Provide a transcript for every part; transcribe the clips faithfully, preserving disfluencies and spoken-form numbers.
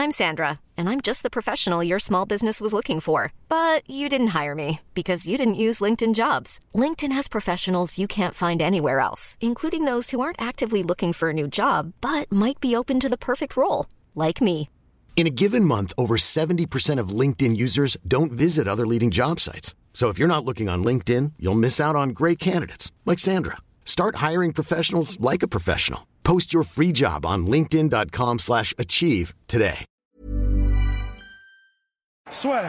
I'm Sandra, and I'm just the professional your small business was looking for. But you didn't hire me because you didn't use LinkedIn Jobs. LinkedIn has professionals you can't find anywhere else, including those who aren't actively looking for a new job, but might be open to the perfect role, like me. In a given month, over seventy percent of LinkedIn users don't visit other leading job sites. So if you're not looking on LinkedIn, you'll miss out on great candidates like Sandra. Start hiring professionals like a professional. Post your free job on linkedin.com slash achieve today. Soit.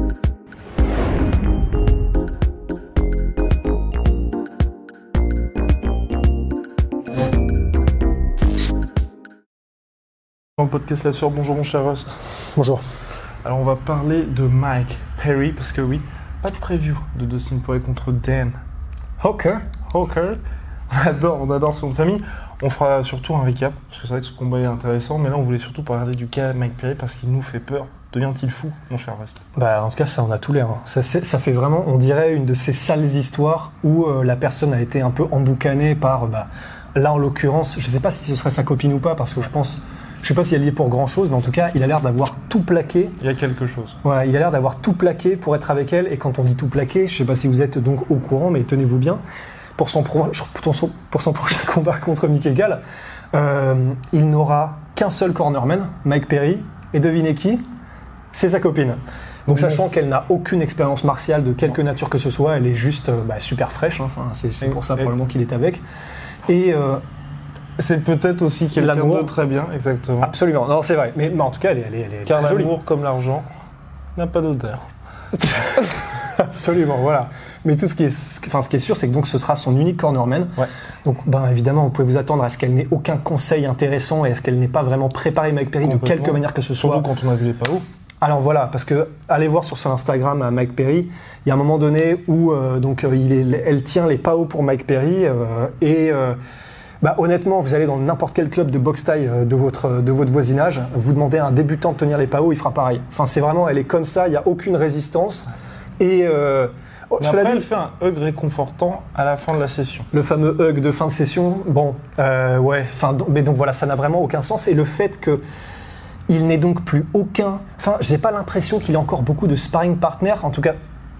Dans le podcast La Soeur, bonjour mon cher Rust. Bonjour. Alors on va parler de Mike Perry, parce que oui, pas de preview de Dustin Poirier contre Dan Hooker. Hooker. On adore, on adore son famille. On fera surtout un recap, parce que c'est vrai que ce combat est intéressant, mais là on voulait surtout parler du cas Mike Perry parce qu'il nous fait peur. Devient-il fou, mon cher Rust? Bah, en tout cas, ça en a tout l'air. Hein. Ça, ça fait vraiment, on dirait, une de ces sales histoires où euh, la personne a été un peu emboucanée par, bah, là en l'occurrence, je sais pas si ce serait sa copine ou pas, parce que je pense, je sais pas si elle y est pour grand chose, mais en tout cas, il a l'air d'avoir tout plaqué. Il y a quelque chose. Voilà, il a l'air d'avoir tout plaqué pour être avec elle, et quand on dit tout plaqué, je sais pas si vous êtes donc au courant, mais tenez-vous bien, pour son, pro, pour son, pour son prochain combat contre Mickey Gall, euh, il n'aura qu'un seul cornerman, Mike Perry, et devinez qui? C'est sa copine. Donc, oui. Sachant qu'elle n'a aucune expérience martiale de quelque nature que ce soit, elle est juste euh, bah, super fraîche. Hein. Enfin, c'est, c'est pour ça probablement qu'il est avec. Et euh, c'est peut-être aussi quelqu'un de très bien, exactement. Absolument. Non, c'est vrai. Mais, mais en tout cas, elle est, elle est, elle est Car très jolie. Car l'amour, comme l'argent, n'a pas d'odeur. Absolument, voilà. Mais tout ce qui est, enfin, ce qui est sûr, c'est que donc ce sera son unique cornerman. Ouais. Donc, ben évidemment, vous pouvez vous attendre à ce qu'elle n'ait aucun conseil intéressant et à ce qu'elle n'ait pas vraiment préparé Mike Perry de quelque manière que ce soit. Surtout quand on a vu les P A O. Alors voilà, parce que allez voir sur son Instagram à Mike Perry, il y a un moment donné où euh, donc euh, il est, elle tient les P A O pour Mike Perry euh, et euh, bah, honnêtement, vous allez dans n'importe quel club de boxe thaï euh, de votre de votre voisinage, vous demandez à un débutant de tenir les P A O, il fera pareil. Enfin, c'est vraiment, elle est comme ça, il y a aucune résistance et euh, mais après, dit, elle fait un hug réconfortant à la fin de la session. Le fameux hug de fin de session, bon, euh, ouais, enfin, mais donc voilà, ça n'a vraiment aucun sens et le fait que il n'est donc plus aucun... Enfin, j'ai pas l'impression qu'il ait encore beaucoup de sparring partners. En tout cas,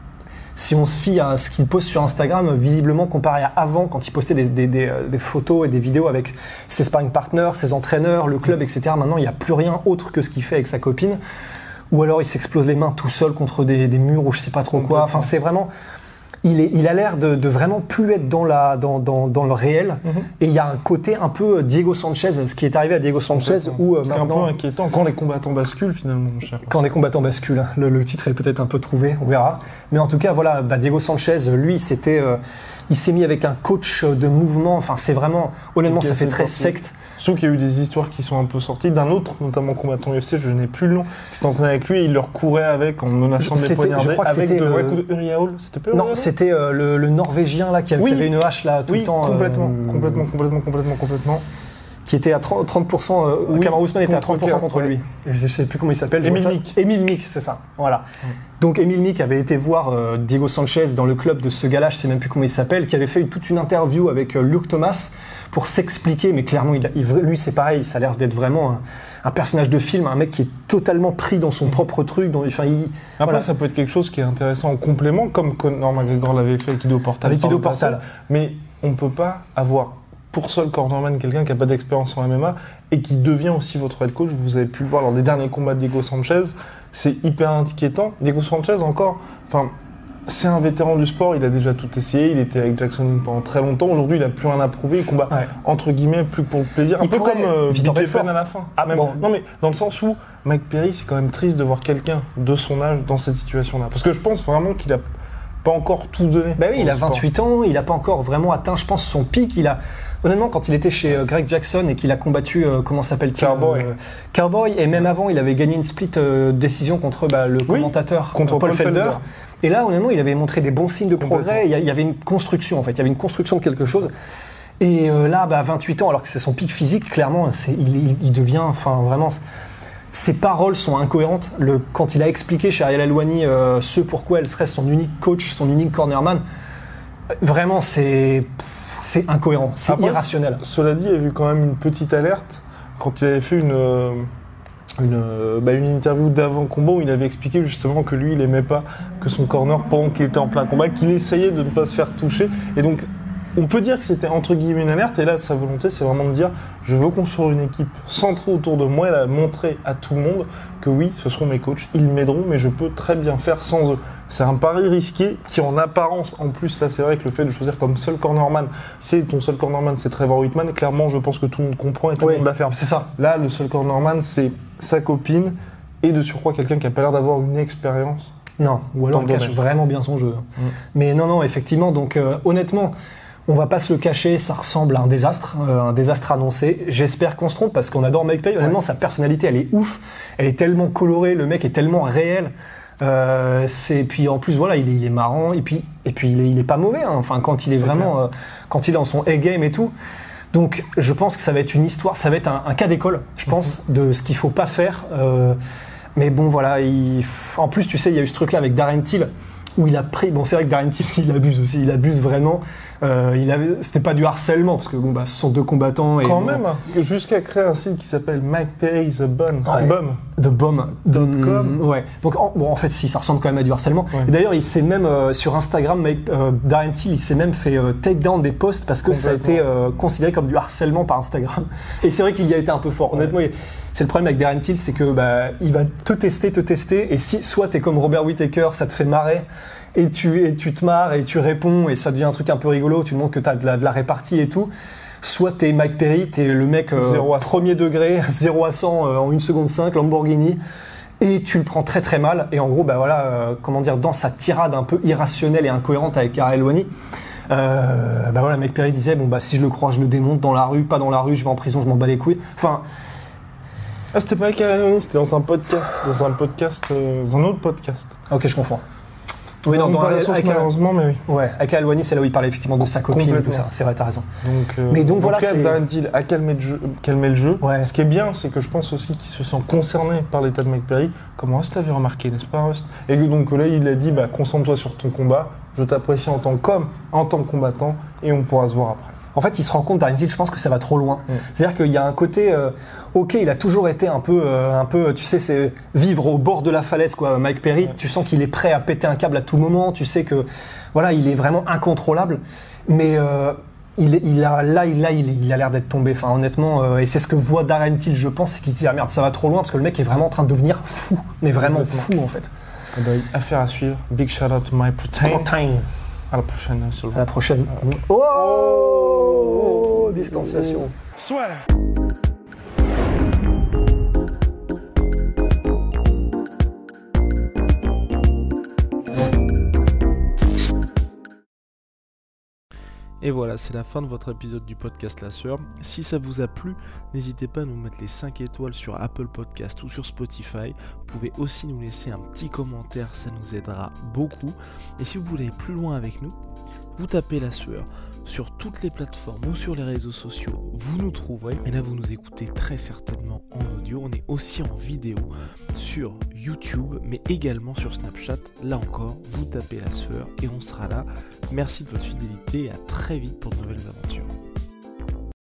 si on se fie à ce qu'il poste sur Instagram, visiblement comparé à avant, quand il postait des, des, des, des photos et des vidéos avec ses sparring partners, ses entraîneurs, le club, et cetera. Maintenant, il n'y a plus rien autre que ce qu'il fait avec sa copine. Ou alors, il s'explose les mains tout seul contre des, des murs ou je sais pas trop quoi. Enfin, c'est vraiment... Il, est, il a l'air de, de vraiment plus être dans, la, dans, dans, dans le réel. Mm-hmm. Et il y a un côté un peu Diego Sanchez, ce qui est arrivé à Diego Sanchez. Où, euh, c'est un peu inquiétant quand les combattants basculent finalement, mon cher. Quand les combattants basculent. Le, le titre est peut-être un peu trouvé, on verra. Mais en tout cas, voilà, bah, Diego Sanchez, lui, c'était, euh, il s'est mis avec un coach de mouvement. Enfin, c'est vraiment, honnêtement, okay, ça fait très secte. Sauf qu'il y a eu des histoires qui sont un peu sorties d'un autre, notamment combattant U F C, je n'ai plus le nom, qui s'était entraîné avec lui et il leur courait avec en menaçant de les poignarder. Je crois que avec c'était de vrais euh... coups de Uriah Hall, c'était pas Non, c'était euh, le, le Norvégien là qui avait, oui. qui avait une hache là tout oui, le temps. complètement, euh... complètement, complètement, complètement, complètement. Qui était à trente pour cent, euh, oui, Kamaru Usman était à trente pour cent contre, contre lui. Je ne sais plus comment il s'appelle. Emile Mick. Emile Mick, c'est ça. Voilà. Oui. Donc Emile Mick avait été voir euh, Diego Sanchez dans le club de ce gars-là, je ne sais même plus comment il s'appelle, qui avait fait toute une interview avec euh, Luke Thomas pour s'expliquer, mais clairement, il, il, lui c'est pareil, ça a l'air d'être vraiment un, un personnage de film, un mec qui est totalement pris dans son propre truc. Dans, enfin, il, Après, voilà. Ça peut être quelque chose qui est intéressant en complément, comme Conor McGregor l'avait fait avec Ido Portal. Avec Ido Portal. Mais on ne peut pas avoir pour seul cornerman quelqu'un qui n'a pas d'expérience en M M A et qui devient aussi votre head coach. Vous avez pu le voir lors des derniers combats de Diego Sanchez. C'est hyper inquiétant. Diego Sanchez, encore, enfin, c'est un vétéran du sport, il a déjà tout essayé, il était avec Jackson pendant très longtemps. Aujourd'hui, il n'a plus rien à prouver, il combat ouais. entre guillemets plus pour le plaisir. Un il peu comme euh, B J Penn à la fin. Ah, même. Bon. Non, mais dans le sens où Mike Perry, c'est quand même triste de voir quelqu'un de son âge dans cette situation-là. Parce que je pense vraiment qu'il a pas encore tout donné. Bah oui, il a vingt-huit ans, il n'a pas encore vraiment atteint, je pense, son pic. Il a, honnêtement, quand il était chez euh, Greg Jackson et qu'il a combattu, euh, comment s'appelle-t-il Cowboy. Euh, Cowboy, et même avant, il avait gagné une split euh, décision contre bah, le oui, commentateur, contre Paul, Paul Felder. Felder. Et là, honnêtement, il avait montré des bons signes de progrès. Il y, a, il y avait une construction, en fait. Il y avait une construction de quelque chose. Et euh, là, bah, à vingt-huit ans, alors que c'est son pic physique, clairement, c'est, il, il, il devient, enfin, vraiment... Ses paroles sont incohérentes. Le, quand il a expliqué chez Ariel Helwani euh, ce pourquoi elle serait son unique coach, son unique cornerman, vraiment c'est, c'est incohérent, c'est Après, irrationnel. Cela dit, il y a eu quand même une petite alerte quand il avait fait une, euh, une, euh, bah, une interview d'avant combat où il avait expliqué justement que lui il aimait pas que son corner pendant qu'il était en plein combat, qu'il essayait de ne pas se faire toucher, et donc on peut dire que c'était entre guillemets une alerte, et là sa volonté c'est vraiment de dire je veux construire une équipe centrée autour de moi, et là montrer à tout le monde que oui, ce seront mes coachs, ils m'aideront, mais je peux très bien faire sans eux. C'est un pari risqué qui en apparence, en plus là c'est vrai que le fait de choisir comme seul cornerman, c'est ton seul cornerman c'est Trevor Whitman, et clairement je pense que tout le monde comprend et tout Oui, le monde l'affirme. c'est ça. Là le seul cornerman c'est sa copine, et de surcroît quelqu'un qui a pas l'air d'avoir une expérience. Non, ou alors Dans il le cache domaine. vraiment bien son jeu. Mm. Mais non, non, effectivement, donc euh, honnêtement, on va pas se le cacher, ça ressemble à un désastre, euh, un désastre annoncé. J'espère qu'on se trompe parce qu'on adore Mike Perry. Honnêtement, Ouais. sa personnalité, elle est ouf, elle est tellement colorée, le mec est tellement réel. Euh, c'est puis en plus voilà, il est, il est marrant et puis et puis il est, il est pas mauvais. Hein. Enfin, quand il est, C'est vraiment, euh, quand il est en son A-game et tout. Donc, je pense que ça va être une histoire, ça va être un, un cas d'école, je pense, Mhm. de ce qu'il faut pas faire. Euh, mais bon, voilà. Il... En plus, tu sais, il y a eu ce truc-là avec Darren Till où il a pris. Bon, c'est vrai que Darren Till, il abuse aussi, il abuse vraiment. Euh, il avait... C'était pas du harcèlement parce que bon, bah, ce sont deux combattants. Et Quand bon, même, hein, jusqu'à créer un site qui s'appelle Mike Perry The Bum. Ouais. Bum. The Bomb. Dot com. Mm, ouais. Donc en, bon, en fait, si ça ressemble quand même à du harcèlement. Ouais. Et d'ailleurs, il s'est même euh, sur Instagram, Mike, euh, Darren Till, il s'est même fait euh, take down des posts parce que ça a été euh, considéré comme du harcèlement par Instagram. Et c'est vrai qu'il y a été un peu fort. Honnêtement, il- c'est le problème avec Darren Till, c'est que bah, il va te tester, te tester. Et si soit t'es comme Robert Whittaker, ça te fait marrer. Et tu, et tu te marres et tu réponds et ça devient un truc un peu rigolo. Tu montres que t'as de la, de la répartie et tout. Soit t'es Mike Perry, t'es le mec euh, Zéro à cent. premier degré, zéro à cent euh, en une seconde cinq, Lamborghini, et tu le prends très très mal. Et en gros, bah voilà, euh, comment dire, dans sa tirade un peu irrationnelle et incohérente avec Cara Helwani, euh, bah voilà, Mike Perry disait bon bah si je le crois, je le démonte dans la rue, pas dans la rue, je vais en prison, je m'en bats les couilles. Enfin, Ah, c'était pas avec Alain, c'était dans un podcast, dans un podcast, euh, dans un autre podcast. ok, je confonds. Oui, non, On dans, parle avec, de source, avec, malheureusement, mais oui. ouais, avec Helwani, c'est là où il parlait effectivement de sa copine et tout Complètement. ça. C'est vrai, t'as raison. Donc, euh, Mais donc, en voilà, tout cas, c'est- Darren Till a calmé le jeu. Calmé le jeu. Ouais. Ce qui est bien, c'est que je pense aussi qu'il se sent concerné par l'état de Mike Perry, comme Rust l'avait remarqué, n'est-ce pas, Rust? Et que donc là, il a dit bah, concentre-toi sur ton combat, je t'apprécie en tant qu'homme, en tant que combattant, et on pourra se voir après. En fait, il se rend compte, Darren Till, je pense que ça va trop loin. Mm. C'est-à-dire qu'il y a un côté, euh, ok, il a toujours été un peu, euh, un peu, tu sais, c'est vivre au bord de la falaise, quoi. Mike Perry, Ouais. tu sens qu'il est prêt à péter un câble à tout moment. Tu sais que, voilà, il est vraiment incontrôlable. Mais euh, il, est- il a, là, il, là, il, est- il a l'air d'être tombé. Enfin, honnêtement, euh, et c'est ce que voit Darren Till, je pense, c'est qu'il se dit ah merde, ça va trop loin parce que le mec est vraiment en train de devenir fou, mais vraiment fou Complètement. en fait. Eh ben, affaire à suivre. Big shout out to my protein. Contain. À la prochaine, sur le À la prochaine. Oh, distanciation. Soit. Et voilà, c'est la fin de votre épisode du podcast La Sœur. Si ça vous a plu, n'hésitez pas à nous mettre les cinq étoiles sur Apple Podcast ou sur Spotify. Vous pouvez aussi nous laisser un petit commentaire, ça nous aidera beaucoup. Et si vous voulez aller plus loin avec nous, vous tapez La Sueur sur toutes les plateformes ou sur les réseaux sociaux, vous nous trouverez. Et là, vous nous écoutez très certainement en audio. On est aussi en vidéo sur YouTube, mais également sur Snapchat. Là encore, vous tapez La Sueur et on sera là. Merci de votre fidélité et à très vite pour de nouvelles aventures.